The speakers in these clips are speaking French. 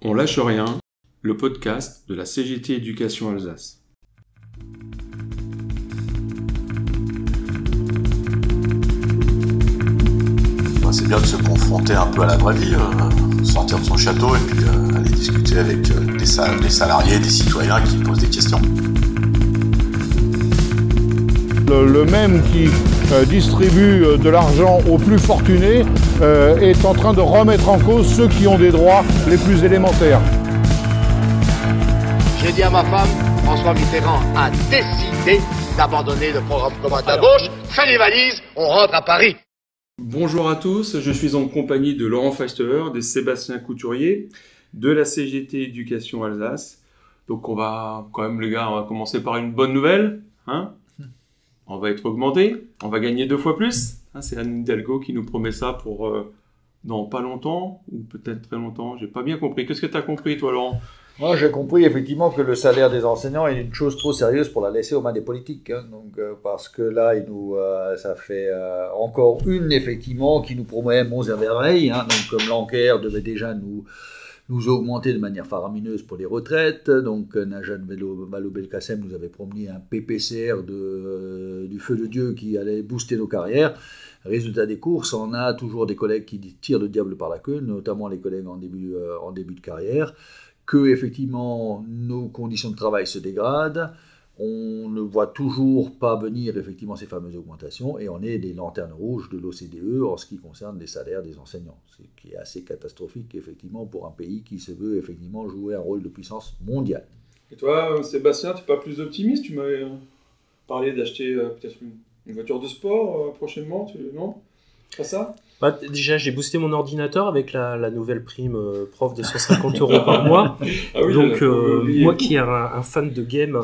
On lâche rien, le podcast de la CGT Éducation Alsace. C'est bien de se confronter un peu à la vraie vie, sortir de son château et puis aller discuter avec des salariés, des citoyens qui posent des questions. Le même qui distribue de l'argent aux plus fortunés est en train de remettre en cause ceux qui ont des droits les plus élémentaires. J'ai dit à ma femme, François Mitterrand a décidé d'abandonner le programme commun d'embauche. Fais les valises, on rentre à Paris. Bonjour à tous, je suis en compagnie de Laurent Feisterer, de Sébastien Couturier, de la CGT Éducation Alsace. Donc on va commencer par une bonne nouvelle. On va être augmenté, on va gagner 2 fois plus. C'est Anne Hidalgo qui nous promet ça pour dans pas longtemps, ou peut-être très longtemps, j'ai pas bien compris. Qu'est-ce que tu as compris toi Laurent ? Moi, j'ai compris effectivement que le salaire des enseignants est une chose trop sérieuse pour la laisser aux mains des politiques. Parce que là, ça fait encore une, effectivement, qui nous promet monts et merveilles. Donc, comme Blanquer devait déjà nous augmenter de manière faramineuse pour les retraites. Donc, Najat Vallaud-Belkacem nous avait promis un PPCR du feu de Dieu qui allait booster nos carrières. Résultat des courses, on a toujours des collègues qui tirent le diable par la queue, notamment les collègues en début de carrière. Que effectivement nos conditions de travail se dégradent, on ne voit toujours pas venir effectivement ces fameuses augmentations et on est des lanternes rouges de l'OCDE en ce qui concerne les salaires des enseignants, ce qui est assez catastrophique effectivement pour un pays qui se veut effectivement jouer un rôle de puissance mondiale. Et toi Sébastien, tu n'es pas plus optimiste ? Tu m'avais parlé d'acheter peut-être une voiture de sport prochainement, non ? Pas ça ? Déjà, j'ai boosté mon ordinateur avec la nouvelle prime prof de 150 € par mois. Ah oui, donc, moi qui est un fan de game,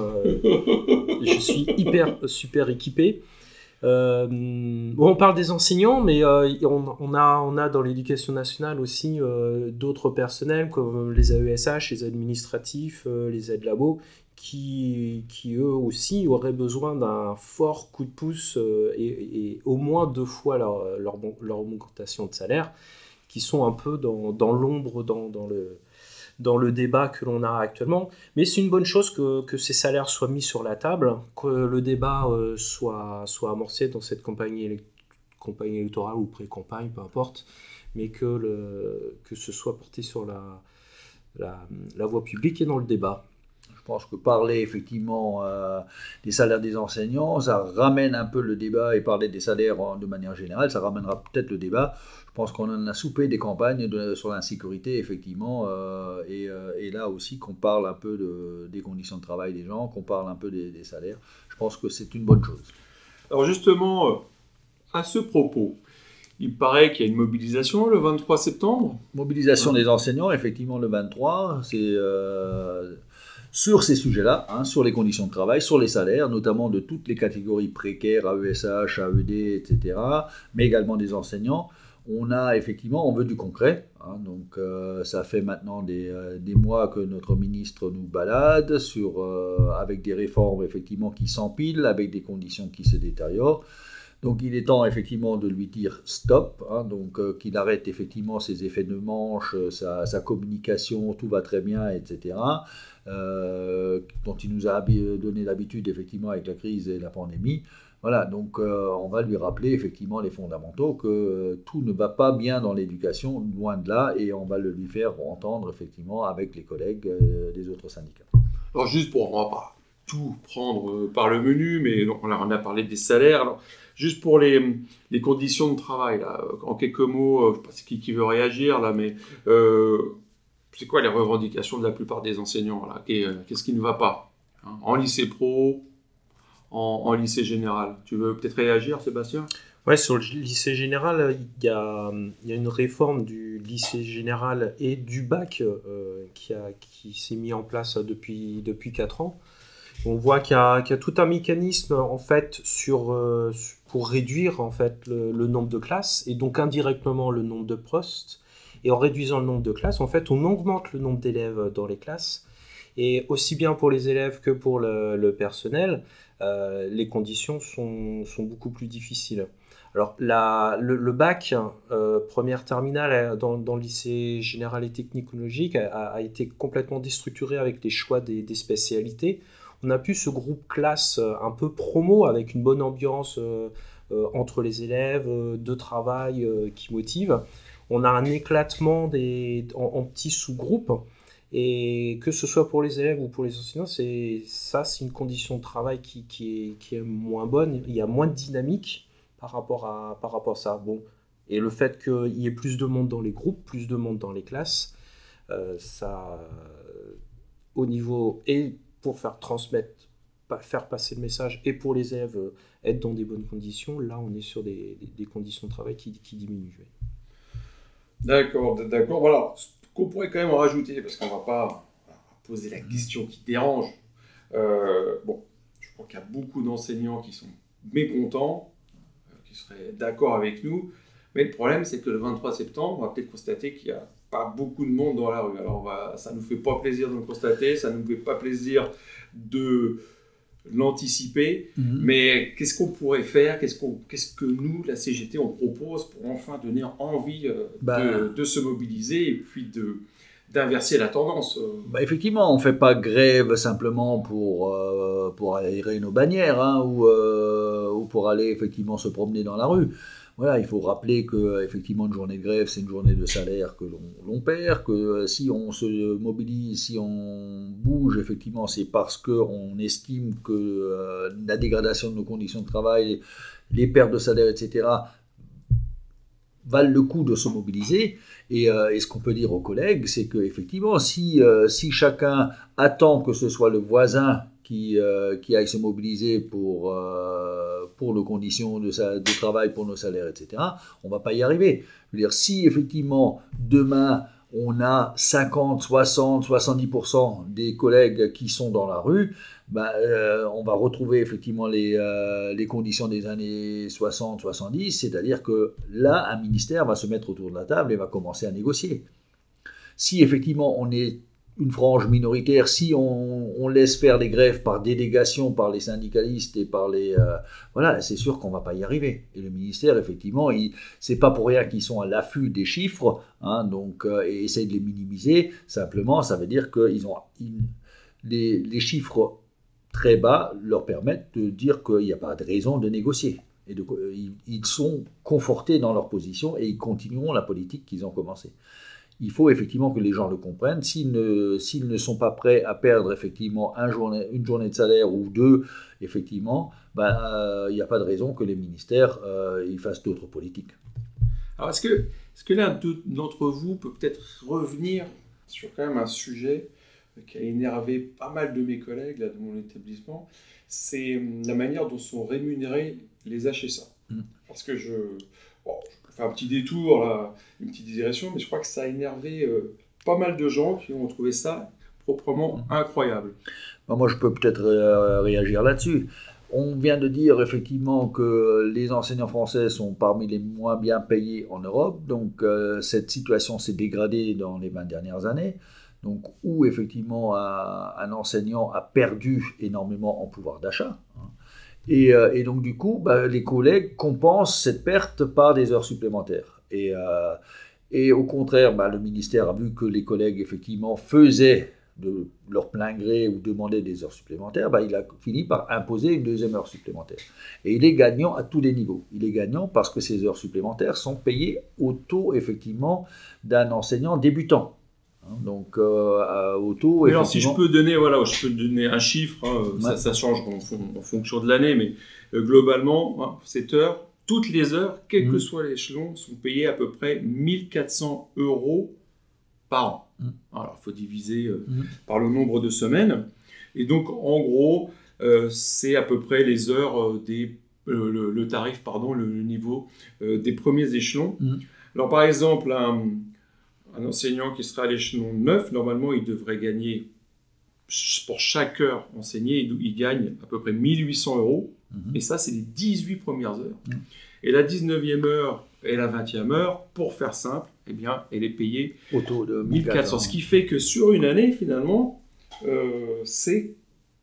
je suis super équipé. On parle des enseignants, mais on a dans l'éducation nationale aussi d'autres personnels comme les AESH, les administratifs, les aides labo, qui eux aussi auraient besoin d'un fort coup de pouce et au moins 2 fois leur augmentation de salaire, qui sont un peu dans l'ombre, dans le débat que l'on a actuellement. Mais c'est une bonne chose que ces salaires soient mis sur la table, que le débat soit amorcé dans cette campagne électorale ou pré-campagne, peu importe, mais que ce soit porté sur la voie publique et dans le débat. Je pense que parler effectivement des salaires des enseignants, ça ramène un peu le débat, et parler des salaires de manière générale, ça ramènera peut-être le débat. Je pense qu'on en a soupé des campagnes sur l'insécurité, effectivement, et là aussi qu'on parle un peu des conditions de travail des gens, qu'on parle un peu des salaires. Je pense que c'est une bonne chose. Alors justement, à ce propos, il paraît qu'il y a une mobilisation le 23 septembre. Mobilisation des enseignants, effectivement, le 23, c'est... sur ces sujets-là, sur les conditions de travail, sur les salaires, notamment de toutes les catégories précaires, AESH, AED, etc., mais également des enseignants, on veut du concret. Donc ça fait maintenant des mois que notre ministre nous balade avec des réformes effectivement qui s'empilent, avec des conditions qui se détériorent. Donc il est temps effectivement de lui dire stop, qu'il arrête effectivement ses effets de manche, sa communication, tout va très bien, etc., dont il nous a donné l'habitude effectivement avec la crise et la pandémie. Voilà, donc on va lui rappeler effectivement les fondamentaux, que tout ne va pas bien dans l'éducation, loin de là, et on va le lui faire entendre effectivement avec les collègues des autres syndicats. Alors juste on va pas tout prendre par le menu, mais on a parlé des salaires. Alors, juste pour les conditions de travail, là, en quelques mots, je ne sais pas qui veut réagir, là, mais c'est quoi les revendications de la plupart des enseignants là ? Qu'est-ce qui ne va pas en lycée pro, en lycée général ? Tu veux peut-être réagir, Sébastien ? Ouais, sur le lycée général, il y a une réforme du lycée général et du bac qui s'est mis en place depuis 4 ans. On voit qu'il y a tout un mécanisme en fait pour réduire en fait le nombre de classes et donc indirectement le nombre de postes. Et en réduisant le nombre de classes, en fait, on augmente le nombre d'élèves dans les classes. Et aussi bien pour les élèves que pour le personnel, les conditions sont beaucoup plus difficiles. Alors, le bac, première terminale dans le lycée général et technique-technologique a été complètement déstructuré avec les choix des spécialités. On a pu ce groupe classe un peu promo avec une bonne ambiance entre les élèves, de travail qui motive. On a un éclatement en petits sous-groupes. Et que ce soit pour les élèves ou pour les enseignants, c'est une condition de travail qui est moins bonne. Il y a moins de dynamique par rapport à ça. Bon. Et le fait qu'il y ait plus de monde dans les groupes, plus de monde dans les classes, au niveau, et pour faire passer le message, et pour les élèves être dans des bonnes conditions, là on est sur des conditions de travail qui diminuent. D'accord. Voilà. Qu'on pourrait quand même en rajouter, parce qu'on ne va pas poser la question qui dérange. Je crois qu'il y a beaucoup d'enseignants qui sont mécontents, qui seraient d'accord avec nous, mais le problème c'est que le 23 septembre, on va peut-être constater qu'il n'y a pas beaucoup de monde dans la rue. Alors ça ne nous fait pas plaisir de le constater, ça ne nous fait pas plaisir de l'anticiper, mais qu'est-ce qu'on pourrait faire, qu'est-ce que nous, la CGT, on propose pour enfin donner envie de se mobiliser et puis d'inverser la tendance. Effectivement, on ne fait pas grève simplement pour aérer nos bannières ou pour aller effectivement se promener dans la rue. Voilà, il faut rappeler qu'effectivement une journée de grève, c'est une journée de salaire que l'on perd, que si on se mobilise, si on bouge, effectivement, c'est parce qu'on estime que la dégradation de nos conditions de travail, les pertes de salaire, etc., valent le coup de se mobiliser. Et ce qu'on peut dire aux collègues, c'est qu'effectivement, si chacun attend que ce soit le voisin qui aille se mobiliser pour nos conditions de travail, pour nos salaires, etc., on ne va pas y arriver. Je veux dire, si effectivement, demain, on a 50, 60, 70% des collègues qui sont dans la rue, on va retrouver effectivement les conditions des années 60-70, c'est-à-dire que là, un ministère va se mettre autour de la table et va commencer à négocier. Si effectivement on est une frange minoritaire, si on laisse faire les grèves par délégation, par les syndicalistes et par les... voilà, c'est sûr qu'on ne va pas y arriver. Et le ministère, effectivement, c'est pas pour rien qu'ils sont à l'affût des chiffres, et essayent de les minimiser. Simplement, ça veut dire qu'ils ont... Les chiffres très bas leur permettent de dire qu'il n'y a pas de raison de négocier. Et ils sont confortés dans leur position et ils continueront la politique qu'ils ont commencée. Il faut effectivement que les gens le comprennent. S'ils ne sont pas prêts à perdre effectivement une journée de salaire ou deux, effectivement, il n'y a pas de raison que les ministères ils fassent d'autres politiques. Alors est-ce que l'un d'entre vous peut peut-être revenir sur quand même un sujet qui a énervé pas mal de mes collègues là, de mon établissement, c'est la manière dont sont rémunérés les HSA. Parce que je fais un petit détour, là, une petite digression, mais je crois que ça a énervé pas mal de gens qui ont trouvé ça proprement incroyable. Moi, je peux peut-être réagir là-dessus. On vient de dire effectivement que les enseignants français sont parmi les moins bien payés en Europe, donc cette situation s'est dégradée dans les 20 dernières années. Donc, où effectivement un enseignant a perdu énormément en pouvoir d'achat. Et donc du coup, les collègues compensent cette perte par des heures supplémentaires. Et au contraire, le ministère a vu que les collègues effectivement faisaient de leur plein gré ou demandaient des heures supplémentaires, il a fini par imposer une deuxième heure supplémentaire. Et il est gagnant à tous les niveaux. Il est gagnant parce que ces heures supplémentaires sont payées au taux effectivement d'un enseignant débutant. Donc au taux. Alors si je peux donner, je peux donner un chiffre, ça change en fonction de l'année, mais globalement, cette heure, toutes les heures, quel que soit l'échelon, sont payées à peu près 1 400 € par an. Alors il faut diviser par le nombre de semaines, et donc en gros, c'est à peu près les heures le tarif, le niveau des premiers échelons. Alors par exemple, un enseignant qui sera à l'échelon 9, normalement, il devrait gagner, pour chaque heure enseignée, il gagne à peu près 1 800 €. Et ça, c'est les 18 premières heures. Et la 19e heure et la 20e heure, pour faire simple, elle est payée au taux de 1 400. Ce qui fait que sur une année, finalement, c'est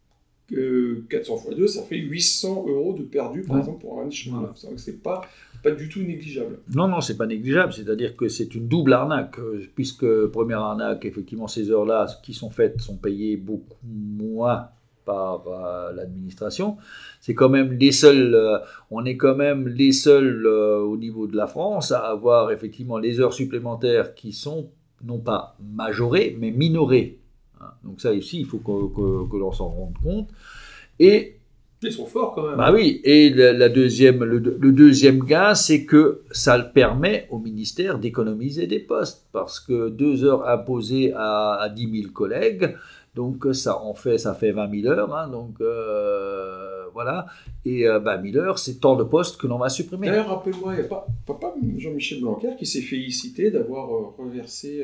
400 x 2, ça fait 800 € de perdu, par exemple, pour un échelon. Voilà. C'est pas du tout négligeable. Non, c'est pas négligeable. C'est-à-dire que c'est une double arnaque, puisque première arnaque, effectivement, ces heures-là qui sont faites sont payées beaucoup moins par l'administration. C'est quand même les seuls, on est quand même les seuls au niveau de la France à avoir effectivement les heures supplémentaires qui sont non pas majorées, mais minorées. Donc ça aussi, il faut que l'on s'en rende compte. Et ils sont forts quand même. Bah oui, et le deuxième gain, c'est que ça permet au ministère d'économiser des postes, parce que 2 heures imposées à 10 000 collègues, donc ça fait 20 000 heures, hein, donc voilà, et 20 000 heures, c'est tant de postes que l'on va supprimer. D'ailleurs, rappelle-moi, il n'y a pas Jean-Michel Blanquer qui s'est félicité d'avoir reversé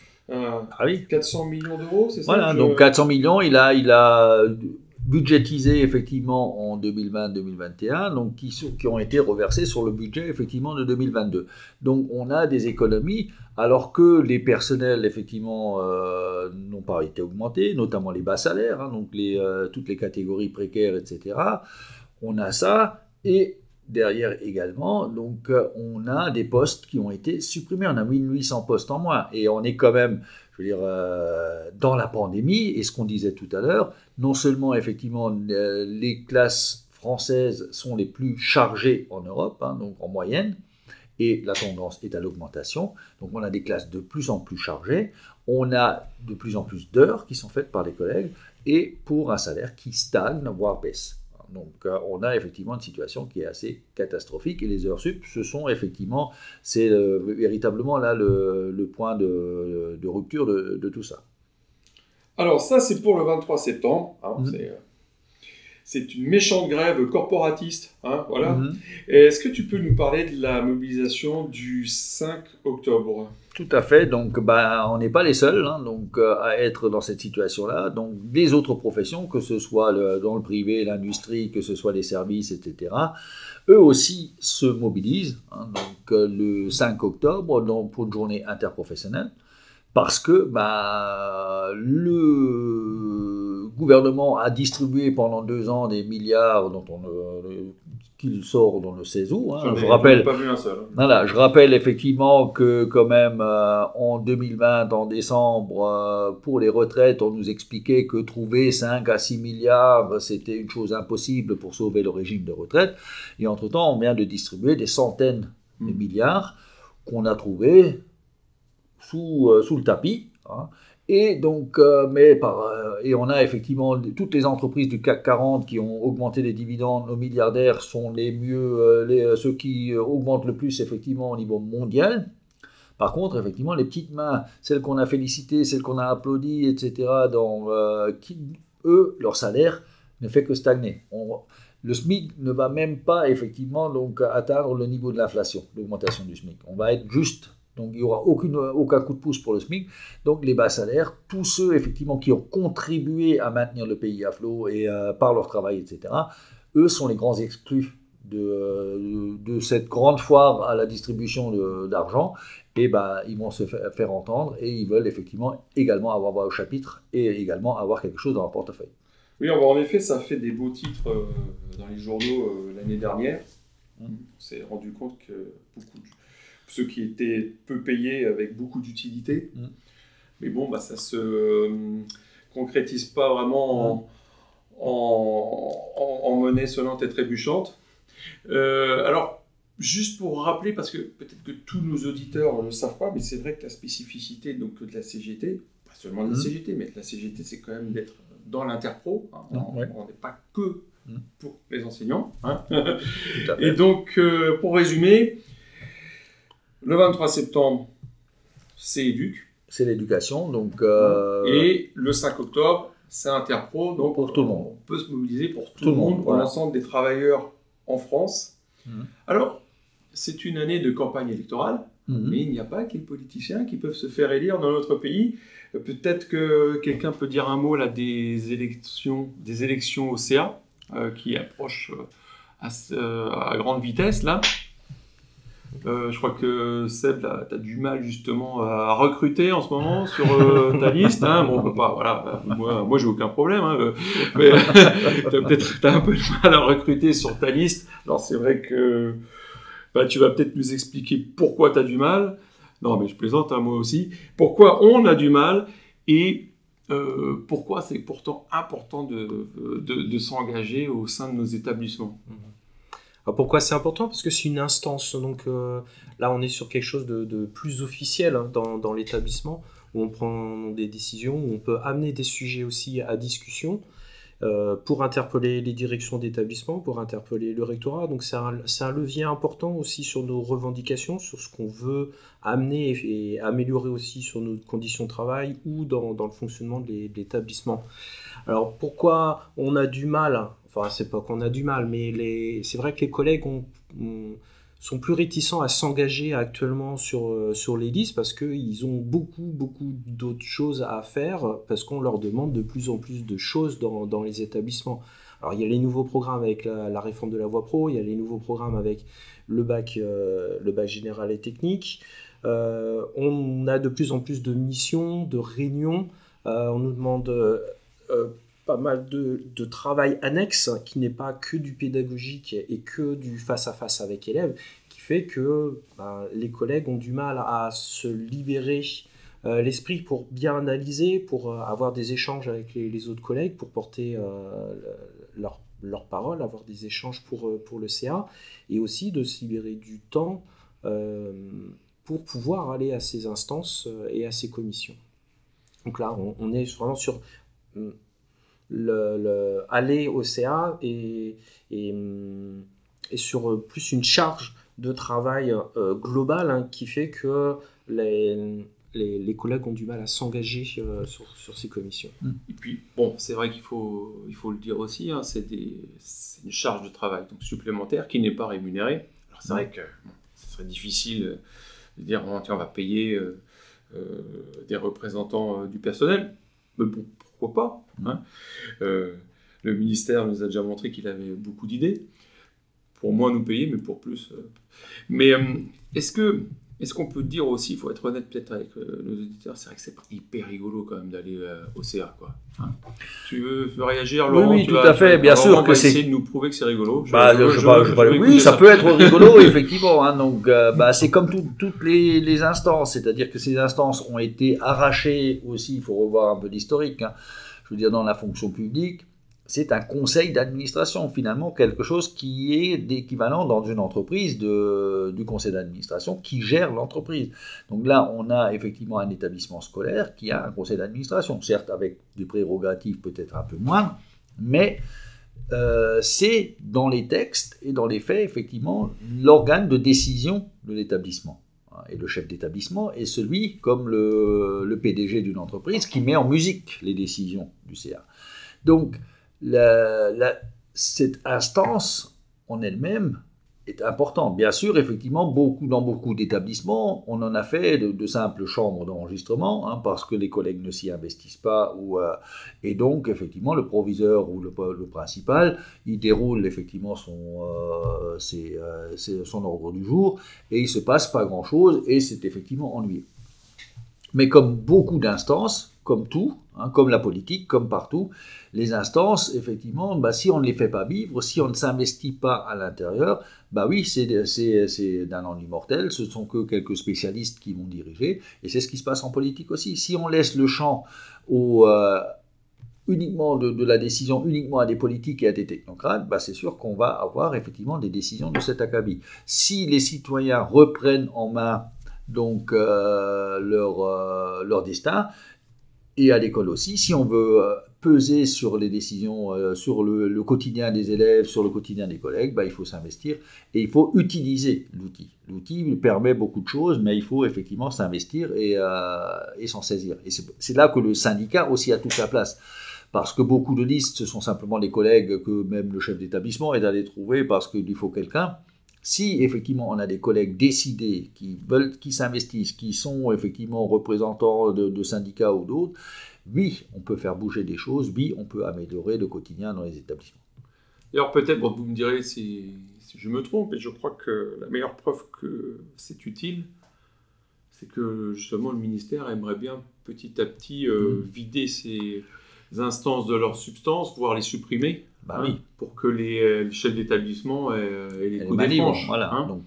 400 millions d'euros, c'est ça? Voilà, donc 400 millions, il a budgétisé effectivement en 2020-2021, donc qui ont été reversés sur le budget effectivement de 2022. Donc on a des économies, alors que les personnels effectivement n'ont pas été augmentés, notamment les bas salaires, hein, donc toutes les catégories précaires, etc. On a ça, et derrière également, donc on a des postes qui ont été supprimés, on a 1800 postes en moins, et on est quand même, je veux dire, dans la pandémie, et ce qu'on disait tout à l'heure, non seulement effectivement les classes françaises sont les plus chargées en Europe, hein, donc en moyenne, et la tendance est à l'augmentation, donc on a des classes de plus en plus chargées, on a de plus en plus d'heures qui sont faites par les collègues, et pour un salaire qui stagne, voire baisse. Donc on a effectivement une situation qui est assez catastrophique, et les heures sup, c'est véritablement là le point de rupture de tout ça. Alors ça, c'est pour le 23 septembre, hein, c'est une méchante grève corporatiste, hein, voilà. Est-ce que tu peux nous parler de la mobilisation du 5 octobre ? Tout à fait, donc on n'est pas les seuls hein, donc, à être dans cette situation-là. Donc des autres professions, que ce soit dans le privé, l'industrie, que ce soit les services, etc., eux aussi se mobilisent, hein, donc, le 5 octobre pour une journée interprofessionnelle, parce que le gouvernement a distribué pendant 2 ans des milliards qu'il sort dans le 16 août. Hein. Je rappelle, pas vu un seul. Voilà, je rappelle effectivement que quand même en 2020, en décembre, pour les retraites, on nous expliquait que trouver 5 à 6 milliards, c'était une chose impossible pour sauver le régime de retraite. Et entre-temps, on vient de distribuer des centaines de milliards qu'on a trouvés sous le tapis. Hein. Et donc, et on a effectivement toutes les entreprises du CAC 40 qui ont augmenté les dividendes. Nos milliardaires sont les mieux, ceux qui augmentent le plus effectivement au niveau mondial. Par contre, effectivement, les petites mains, celles qu'on a félicitées, celles qu'on a applaudies, etc., eux, leur salaire ne fait que stagner. Le SMIC ne va même pas effectivement donc atteindre le niveau de l'inflation, l'augmentation du SMIC. On va être juste. Donc il n'y aura aucun coup de pouce pour le SMIC. Donc les bas salaires, tous ceux effectivement qui ont contribué à maintenir le pays à flot et par leur travail, etc., eux sont les grands exclus de cette grande foire à la distribution d'argent. Et ils vont se faire entendre, et ils veulent effectivement également avoir voix au chapitre et également avoir quelque chose dans leur portefeuille. Oui, en effet, ça fait des beaux titres dans les journaux l'année dernière. On s'est rendu compte que ceux qui étaient peu payés avec beaucoup d'utilité. Mais bon, ça se concrétise pas vraiment en monnaie sonnante et trébuchante. Alors, juste pour rappeler, parce que peut-être que tous nos auditeurs ne le savent pas, mais c'est vrai que la spécificité donc, de la CGT, pas seulement de la CGT, mais de la CGT, c'est quand même d'être dans l'interpro. Hein. On n'est pas que pour les enseignants. Hein. Et donc, pour résumer, le 23 septembre, c'est Éduc. C'est l'éducation. Donc, et le 5 octobre, c'est Interpro. Donc pour tout le monde. On peut se mobiliser pour tout le monde, pour l'ensemble des travailleurs en France. Alors, c'est une année de campagne électorale, mais il n'y a pas que les politiciens qui peuvent se faire élire dans notre pays. Peut-être que quelqu'un peut dire un mot là, des élections au CA qui approchent à grande vitesse là. Je crois que Seb, tu as du mal justement à recruter en ce moment sur ta liste. Hein. Bon, voilà, moi j'ai aucun problème. Hein, mais t'as un peu de mal à recruter sur ta liste. Alors c'est vrai que tu vas peut-être nous expliquer pourquoi tu as du mal. Non, mais je plaisante, hein, moi aussi. Pourquoi on a du mal et pourquoi c'est pourtant important de s'engager au sein de nos établissements. Alors pourquoi c'est important ? Parce que c'est une instance. Donc là, on est sur quelque chose de plus officiel hein, dans l'établissement, où on prend des décisions, où on peut amener des sujets aussi à discussion pour interpeller les directions d'établissement, pour interpeller le rectorat. Donc c'est un levier important aussi sur nos revendications, sur ce qu'on veut amener et améliorer aussi sur nos conditions de travail ou dans le fonctionnement de l'établissement. Alors pourquoi on a du mal ? Enfin, c'est pas qu'on a du mal, mais c'est vrai que les collègues sont plus réticents à s'engager actuellement sur les listes parce qu'ils ont beaucoup d'autres choses à faire, parce qu'on leur demande de plus en plus de choses dans les établissements. Alors, il y a les nouveaux programmes avec la réforme de la voie pro, il y a les nouveaux programmes avec le bac général et technique. On a de plus en plus de missions, de réunions. On nous demande pas mal de travail annexe qui n'est pas que du pédagogique et que du face-à-face avec élèves, qui fait que les collègues ont du mal à se libérer l'esprit pour bien analyser, pour avoir des échanges avec les autres collègues, pour porter leur parole, avoir des échanges pour le CA, et aussi de se libérer du temps pour pouvoir aller à ces instances et à ces commissions. Donc là, on est vraiment sur aller au CA et sur plus une charge de travail globale hein, qui fait que les collègues ont du mal à s'engager sur ces commissions. Et puis, bon, c'est vrai qu'il faut le dire aussi, hein, c'est une charge de travail donc supplémentaire qui n'est pas rémunérée. Alors c'est vrai que ce serait difficile de dire tiens, on va payer des représentants du personnel, mais bon, pourquoi pas hein. Le ministère nous a déjà montré qu'il avait beaucoup d'idées pour moins nous payer, mais pour plus. Mais est-ce qu'on peut dire aussi, il faut être honnête peut-être avec nos auditeurs, c'est vrai que c'est pas hyper rigolo quand même d'aller au CA, quoi. Hein. Tu veux réagir, Laurent? Oui, tout à fait, bien sûr que c'est. Essayer de nous prouver que c'est rigolo. Oui, ça peut être rigolo, effectivement. Hein, donc, c'est comme toutes les instances, c'est-à-dire que ces instances ont été arrachées aussi. Il faut revoir un peu l'historique. Hein. Je veux dire, dans la fonction publique, c'est un conseil d'administration, finalement, quelque chose qui est d'équivalent dans une entreprise du conseil d'administration qui gère l'entreprise. Donc là, on a effectivement un établissement scolaire qui a un conseil d'administration, certes avec des prérogatives peut-être un peu moindres, mais c'est dans les textes et dans les faits, effectivement, l'organe de décision de l'établissement. Et le chef d'établissement est celui, comme le PDG d'une entreprise, qui met en musique les décisions du CA. Donc, cette instance en elle-même est importante. Bien sûr, effectivement, dans beaucoup d'établissements, on en a fait de simples chambres d'enregistrement, hein, parce que les collègues ne s'y investissent pas, et donc, effectivement, le proviseur ou le principal, il déroule effectivement son ordre du jour, et il ne se passe pas grand-chose, et c'est effectivement ennuyeux. Mais comme beaucoup d'instances, comme tout, hein, comme la politique, comme partout, les instances, effectivement, si on ne les fait pas vivre, si on ne s'investit pas à l'intérieur, oui, c'est d'un ennui mortel, ce ne sont que quelques spécialistes qui vont diriger, et c'est ce qui se passe en politique aussi. Si on laisse le champ uniquement de la décision uniquement à des politiques et à des technocrates, c'est sûr qu'on va avoir effectivement des décisions de cet acabit. Si les citoyens reprennent en main donc leur destin, et à l'école aussi, si on veut peser sur les décisions, sur le quotidien des élèves, sur le quotidien des collègues, il faut s'investir et il faut utiliser l'outil. L'outil permet beaucoup de choses, mais il faut effectivement s'investir et s'en saisir. Et c'est là que le syndicat aussi a toute sa place. Parce que beaucoup de listes, ce sont simplement les collègues que même le chef d'établissement est allé trouver parce qu'il lui faut quelqu'un. Si effectivement on a des collègues décidés qui s'investissent, qui sont effectivement représentants de syndicats ou d'autres, oui, on peut faire bouger des choses, oui, on peut améliorer le quotidien dans les établissements. D'ailleurs, peut-être, bon, vous me direz si je me trompe, et je crois que la meilleure preuve que c'est utile, c'est que justement le ministère aimerait bien petit à petit vider ces instances de leur substance, voire les supprimer, Oui. pour que les chefs d'établissement aient les coups des libre, franches. voilà. Donc,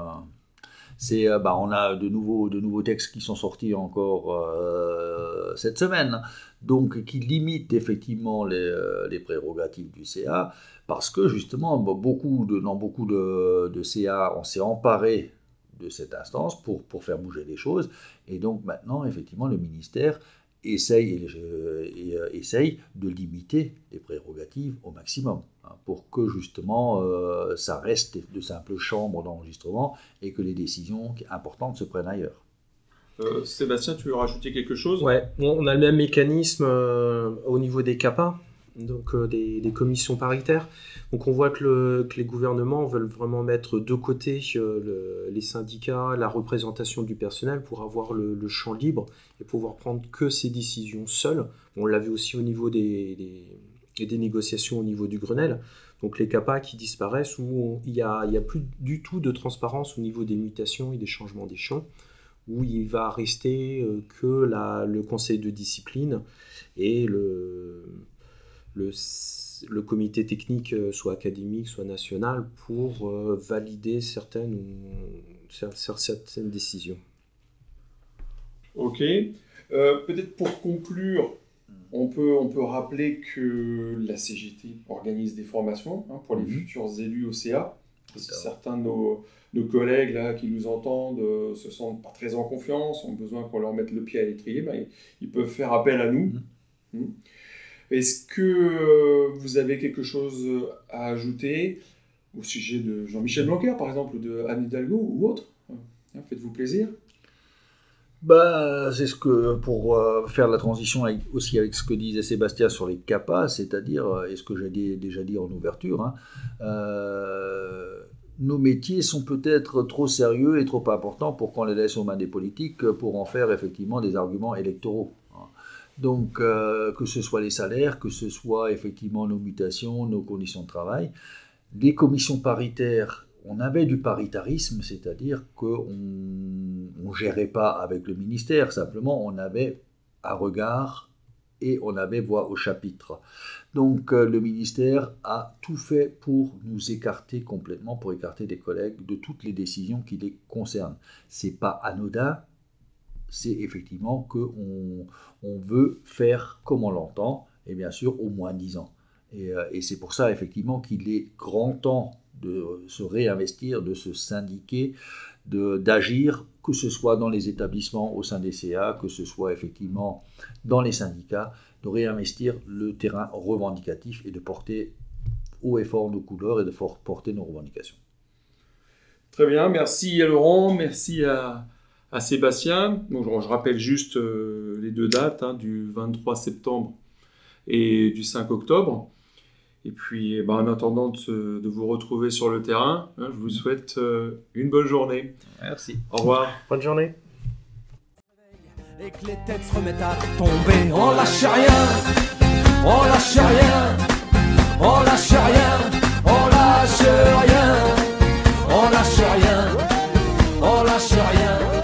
on a de nouveaux textes qui sont sortis encore cette semaine, donc qui limitent effectivement les prérogatives du CA, parce que justement, dans beaucoup de CA, on s'est emparé de cette instance pour faire bouger les choses, et donc maintenant, effectivement, le ministère essaye de limiter les prérogatives au maximum, pour que justement ça reste de simples chambres d'enregistrement et que les décisions importantes se prennent ailleurs. Sébastien, tu veux rajouter quelque chose ? Ouais, on a le même mécanisme au niveau des CAPA, donc des commissions paritaires. Donc on voit que les gouvernements veulent vraiment mettre de côté les syndicats, la représentation du personnel pour avoir le champ libre et pouvoir prendre que ces décisions seules. On l'a vu aussi au niveau des négociations au niveau du Grenelle. Donc les CAPA qui disparaissent, où il y a plus du tout de transparence au niveau des mutations et des changements d'échelon, où il va rester que le conseil de discipline et le comité technique, soit académique, soit national, pour valider certaines décisions. Ok. Peut-être pour conclure, on peut rappeler que la CGT organise des formations pour les futurs élus au CA. Si certains de nos collègues là, qui nous entendent se sentent pas très en confiance, ont besoin qu'on leur mette le pied à l'étrier, ils peuvent faire appel à nous. Est-ce que vous avez quelque chose à ajouter au sujet de Jean-Michel Blanquer, par exemple, ou de Anne Hidalgo ou autre ? Faites-vous plaisir. C'est ce que, pour faire la transition aussi avec ce que disait Sébastien sur les CAPA, c'est-à-dire, et ce que j'ai déjà dit en ouverture, nos métiers sont peut-être trop sérieux et trop importants pour qu'on les laisse aux mains des politiques pour en faire effectivement des arguments électoraux. Donc, que ce soit les salaires, que ce soit effectivement nos mutations, nos conditions de travail, les commissions paritaires, on avait du paritarisme, c'est-à-dire qu'on ne gérait pas avec le ministère, simplement on avait un regard et on avait voix au chapitre. Donc le ministère a tout fait pour nous écarter complètement, pour écarter des collègues de toutes les décisions qui les concernent. Ce n'est pas anodin, c'est effectivement qu'on veut faire comme on l'entend, et bien sûr au moins 10 ans. Et c'est pour ça effectivement qu'il est grand temps de se réinvestir, de se syndiquer, d'agir, que ce soit dans les établissements au sein des CA, que ce soit effectivement dans les syndicats, de réinvestir le terrain revendicatif et de porter haut et fort nos couleurs et de porter nos revendications. Très bien, merci à Laurent, merci à Sébastien. Donc, je rappelle juste les deux dates, du 23 septembre et du 5 octobre. Et puis, en attendant de vous retrouver sur le terrain, je vous souhaite une bonne journée. Merci. Au revoir. Bonne journée. Et que les têtes se remettent à tomber. On lâche rien, on lâche rien, on lâche rien, on lâche rien, on lâche rien, on lâche rien.